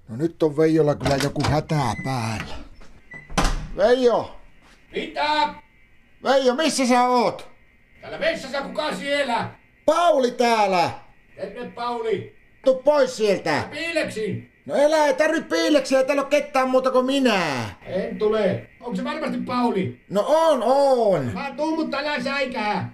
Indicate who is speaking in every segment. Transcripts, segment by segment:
Speaker 1: No nyt on Veijolla kyllä joku hätää päällä. Veijo!
Speaker 2: Mitä?
Speaker 1: Veijo, missä sä oot?
Speaker 2: Täällä vessassa kuka siellä?
Speaker 1: Pauli täällä!
Speaker 2: Terve Pauli.
Speaker 1: Tuu pois sieltä!
Speaker 2: Piileksin.
Speaker 1: No elä, ei tarvi piileksiä, täällä on ketään muuta kuin minä.
Speaker 2: En tule. Onko se varmasti Pauli?
Speaker 1: No on.
Speaker 2: Mä tuun, mutta älä säikää.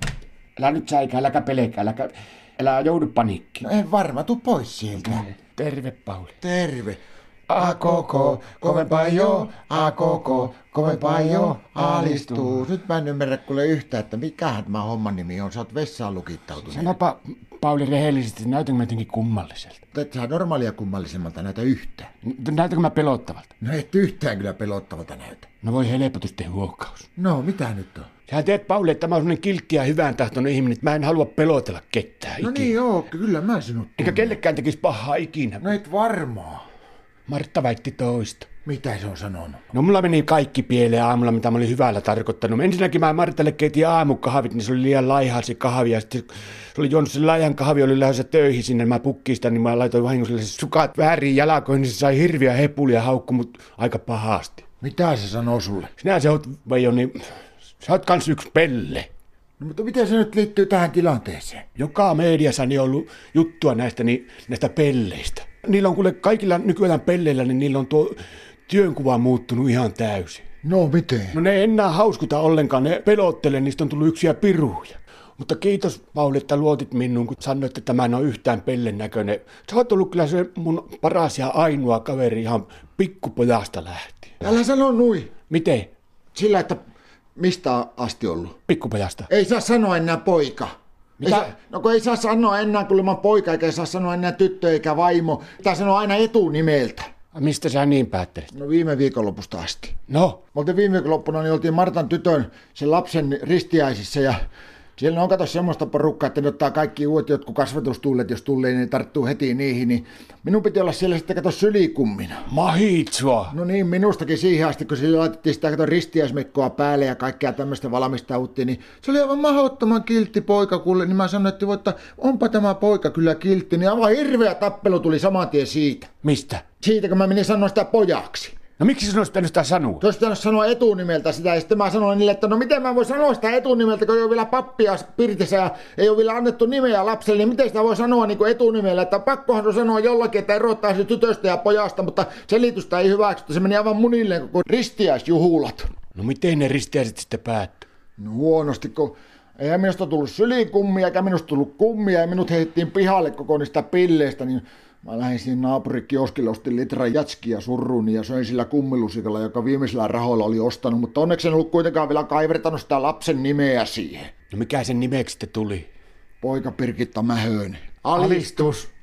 Speaker 3: Älä nyt säikää, äläkä pelekää, älä joudu paniikkiin.
Speaker 1: No en varma, tuu pois sieltä.
Speaker 3: Terve, Pauli.
Speaker 1: Terve.
Speaker 3: A koko, kovempaa jo, a koko, kovempaa jo, alistuu.
Speaker 1: Nyt mä en ymmärrä kuule yhtään, että mikähän tämä homman nimi on. Sä oot vessaan lukittautunut.
Speaker 3: Sanopa, Pauli, rehellisesti, näytänkö mä jotenkin kummalliselta?
Speaker 1: Et sä normaalia kummallisemmalta näytä yhtään.
Speaker 3: Näytänkö mä pelottavalta?
Speaker 1: No et yhtään kyllä pelottavalta näytä.
Speaker 3: No voi helpotusten huokkaus.
Speaker 1: No, mitä nyt on?
Speaker 3: Sähän teet, Pauli, että mä oon semmonen kiltti ja hyvän tahtoinen ihminen, että mä en halua pelotella ketään
Speaker 1: No
Speaker 3: ikinä.
Speaker 1: niin joo, kyllä mä sinut
Speaker 3: Eikä kellekään tekisi pahaa ikinä.
Speaker 1: No et varmaa.
Speaker 3: Martta väitti toista.
Speaker 1: Mitä se on sanonut?
Speaker 3: No mulla meni kaikki pieleen aamulla, mitä mä olin hyvällä tarkoittanut. Ensinnäkin mä Martalle keitin aamukahvit, niin se oli liian laihaa se kahvi. Ja sitten se oli juonut sen laihan kahvi, oli lähdössä töihin sinne. Mä pukkiin sitä, niin mä laitoin vahingossa sukat väärin jalkoihin, niin se sai hirviä hepulia haukku, mut aika pahasti.
Speaker 1: Mitä se sanoo sulle?
Speaker 3: Sinä se oot, Veijo, niin sä oot kans yksi pelle.
Speaker 1: No mutta miten se nyt liittyy tähän tilanteeseen?
Speaker 3: Joka mediassa on ollut juttua näistä pelleistä. Niillä on kuule kaikilla nykyään pelleillä, niin niillä on tuo työnkuva muuttunut ihan täysin.
Speaker 1: No miten?
Speaker 3: No ne ei enää hauskuta ollenkaan, ne pelottelee, niistä on tullut yksiä piruja. Mutta kiitos, Pauli, että luotit minuun, kun sanoit, että mä en ole yhtään pellen näköinen. Sä oot ollut kyllä se mun paras ja ainoa kaveri ihan pikkupojasta lähtien.
Speaker 1: Älä sano nui.
Speaker 3: Miten?
Speaker 1: Sillä, että mistä asti ollut?
Speaker 3: Pikkupojasta?
Speaker 1: Ei saa sanoa enää poika.
Speaker 3: Mitä?
Speaker 1: No kun ei saa sanoa enää kuulemma poika, eikä saa sanoa enää tyttö eikä vaimo. Pitää sanoa aina etunimeltä.
Speaker 3: Mistä sä niin päättelit?
Speaker 1: No viime viikonlopusta asti.
Speaker 3: No,
Speaker 1: Me oltiin viime viikonloppuna, niin oltiin Martan tytön, sen lapsen ristiäisissä ja siellä on kato semmoista porukkaa, että ne ottaa kaikki uudet jotkut kasvatustullet, jos tulee, niin ne tarttuu heti niihin, niin minun piti olla siellä sitten kato sylikummina.
Speaker 3: mahitsua.
Speaker 1: No niin, minustakin siihen asti, kun sille laitettiin sitä kato ristiäismekkoa päälle ja kaikkea tämmöistä valmistauttiin, niin se oli aivan mahdottoman kiltti poika, kuule, niin mä sanoin, että onpa tämä poika kyllä kiltti, niin aivan hirveä tappelu tuli saman tien siitä.
Speaker 3: Mistä?
Speaker 1: Siitä, kun mä menin sanoa sitä pojaksi.
Speaker 3: No miksi sinun olisi pitänyt sitä sanoa?
Speaker 1: Olisi pitänyt sanoa etunimeltä sitä, ja sitten mä sanoin niille, että no miten mä voin sanoa sitä etunimeltä, kun ei ole vielä pappia pirtissä ja ei ole vielä annettu nimeä lapselle, niin miten sitä voi sanoa niin kuin etunimellä, että pakkohan se sanoa jollakin, että erottaisi tytöstä ja pojasta, mutta selitystä ei hyväksytä, se meni aivan munilleen koko ristiäisjuhulat.
Speaker 3: No miten ne ristiäiset sitten päättyi?
Speaker 1: No huonosti, kun eihän minusta tullut sylikummia, eikä minusta tullut kummia, ja minut heitettiin pihalle koko niistä pilleistä, niin mä lähdin siinä naapurikioskille, ostin litran jatskia surruun ja söin sillä kummilusikalla, joka viimeisellä rahoilla oli ostanut, mutta onneksi en ollut kuitenkaan vielä kaivertanut sitä lapsen nimeä siihen.
Speaker 3: No mikä sen nimeksi sitten tuli?
Speaker 1: Poika Pirkitta Mähönen.
Speaker 3: Alistus.